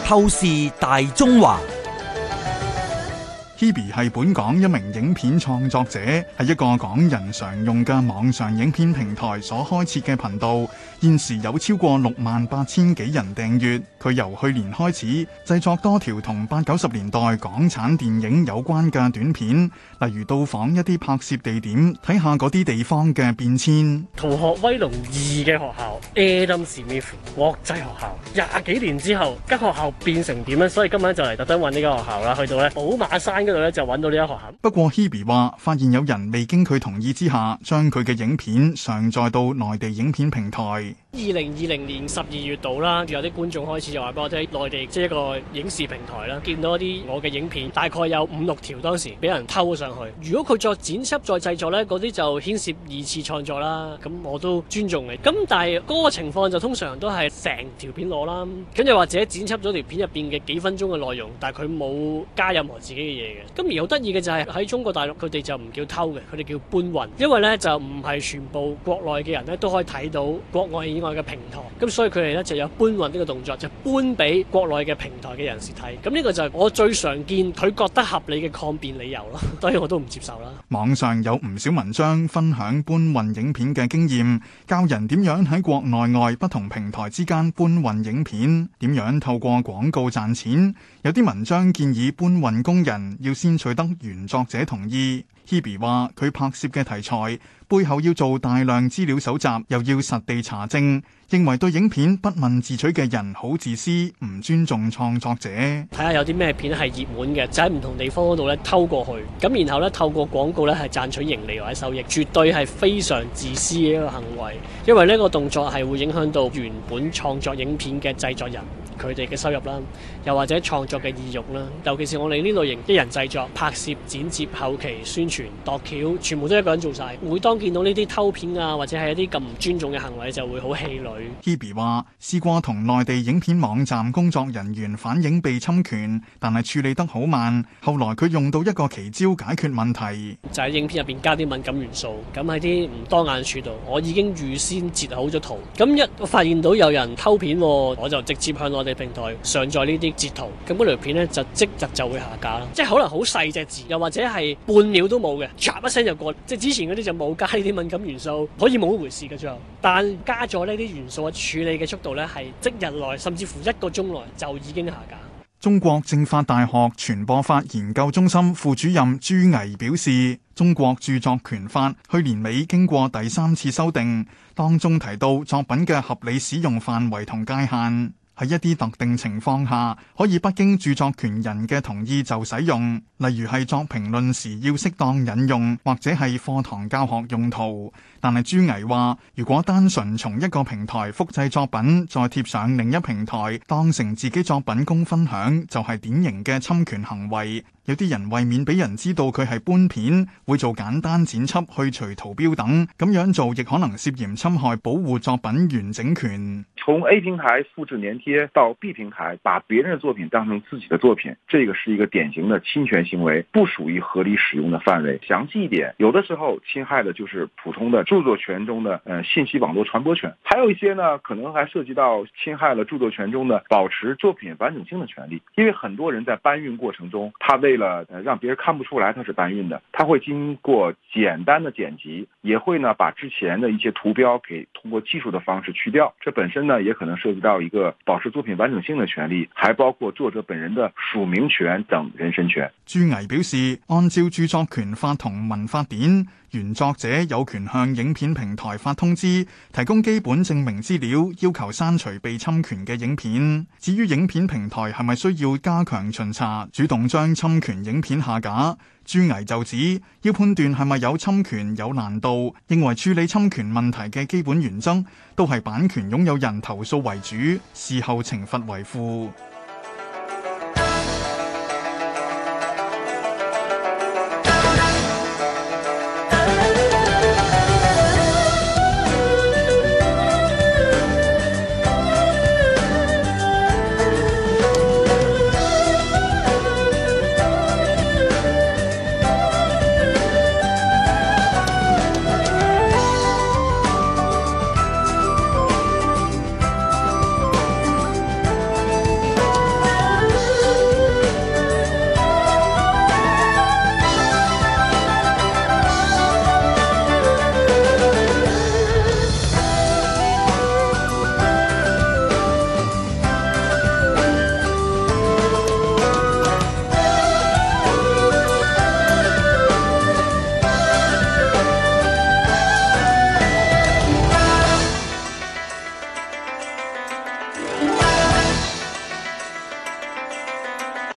透視大中華。 Hebe 係本港一名影片創作者，係一個港人常用嘅網上影片平台所開設嘅頻道，現時有超過68000幾人訂閱。佢由去年開始製作多條同80、90年代港產電影有關嘅短片，例如到訪一啲拍攝地點，睇下嗰啲地方嘅變遷。 逃學威龍2嘅學校 Adam Smith 國際學校，20幾年之後間學校變成點咧？所以今晚就嚟特登揾呢間學校啦，去到咧寶馬山嗰度咧就揾到呢間學校。 不過 Hebe 話，發現有人未經佢同意之下，將佢嘅影片上載到內地影片平台。 2020年12月度啦，有啲觀眾開始就話俾我聽，內地即係一個影視平台啦，見到一啲我嘅影片，大概有5、6條當時俾人偷上去。如果佢再剪輯再製作呢，嗰啲就牽涉2次創作啦。咁我都尊重你。咁但係嗰個情況就通常都係成條片攞啦，咁又或者剪輯咗條片入邊嘅幾分鐘嘅內容，但係佢冇加任何自己嘅嘢嘅。咁而好得意嘅就係喺中國大陸，佢哋就唔叫偷嘅，佢哋叫搬運，因為呢就唔係全部國內嘅人呢都可以睇到國外以外嘅平台，咁所以佢哋咧就有搬運呢個動作，就搬俾國內嘅平台嘅人士睇。咁呢個就係我最常見佢覺得合理嘅抗辯理由咯，當然我都唔接受啦。 網上有唔少文章分享搬運影片嘅經驗，教人點樣喺國內外不同平台之間搬運影片，點樣透過廣告賺錢。有啲文章建議搬運工人要先取得原作者同意。Hebe 話佢拍攝嘅題材背後要做大量資料搜集，又要實地查證，認為對影片不問自取嘅人好自私，唔尊重創作者。 睇下有啲咩片係熱門嘅，就喺唔同地方嗰度咧偷過去，咁然後咧透過廣告咧係賺取盈利或者收益，絕對係非常自私嘅一個行為，因為呢個動作係會影響到原本創作影片嘅製作人佢哋嘅收入啦，又或者創作嘅意欲啦。尤其是我哋呢類型一人製作、拍攝、剪接、後期、宣傳、度橋，全部都一個人做晒。每當見到呢啲偷片啊，或者係一啲咁唔尊重嘅行為，就會好氣餒。 Hebe 話試過同內地影片網站工作人員反映被侵權，但係處理得好慢。後來佢用到一個奇招解決問題， 就喺影片入邊加啲敏感元素，咁喺啲唔多眼處度，我已經預先截好咗圖。咁我發現到有人偷片，我就直接向內地平台上載呢啲截圖，咁嗰條片呢，就即日就會下架啦。即係可能好細隻字，又或者係半秒都冇嘅，唰一聲就過。即係之前嗰啲就冇加呢啲敏感元素，可以冇一回事嘅最後。但加咗呢啲元素嘅處理嘅速度呢，係即日內，甚至乎1個鐘內就已經下架。 中國政法大學傳播法研究中心副主任朱巍表示，中國著作權法去年尾經過第3次修訂，當中提到作品嘅合理使用範圍同界限。喺一啲特定情況下，可以不經著作權人嘅同意就使用，例如係作評論時要適當引用，或者係課堂教學用途。但係朱巍話，如果單純從一個平台複製作品，再貼上另一平台，當成自己作品供分享，就係典型嘅侵權行為。有啲人為免俾人知道佢係搬片，會做簡單剪輯、去除圖標等，咁樣做亦可能涉嫌侵害保護作品完整權。 從 A 平台複製粘貼到 B 平台，把別人的作品當成自己的作品，這個是一個典型的侵權行為，不屬於合理使用的範圍。詳細一點，有的時候侵害的就是普通的著作權中的信息網絡傳播權，還有一些呢，可能還涉及到侵害了著作權中的保持作品完整性的權利。因為很多人在搬運過程中，他為了讓別人看不出來他是搬運的，他會經過簡單的剪輯，也會呢把之前的一些圖標給通過技術的方式去掉。這本身呢也可能涉及到一個保持作品完整性的權利，還包括作者本人的署名權等人身權。 朱巍表示，按照著作權法同民法典，原作者有權向影片平台發通知，提供基本證明資料，要求刪除被侵權嘅影片。至於影片平台係咪需要加強巡查，主動將侵權影片下架，朱巍就指要判斷係咪有侵權有難度，認為處理侵權問題嘅基本原則都係版權擁有人投訴為主，事後懲罰為輔。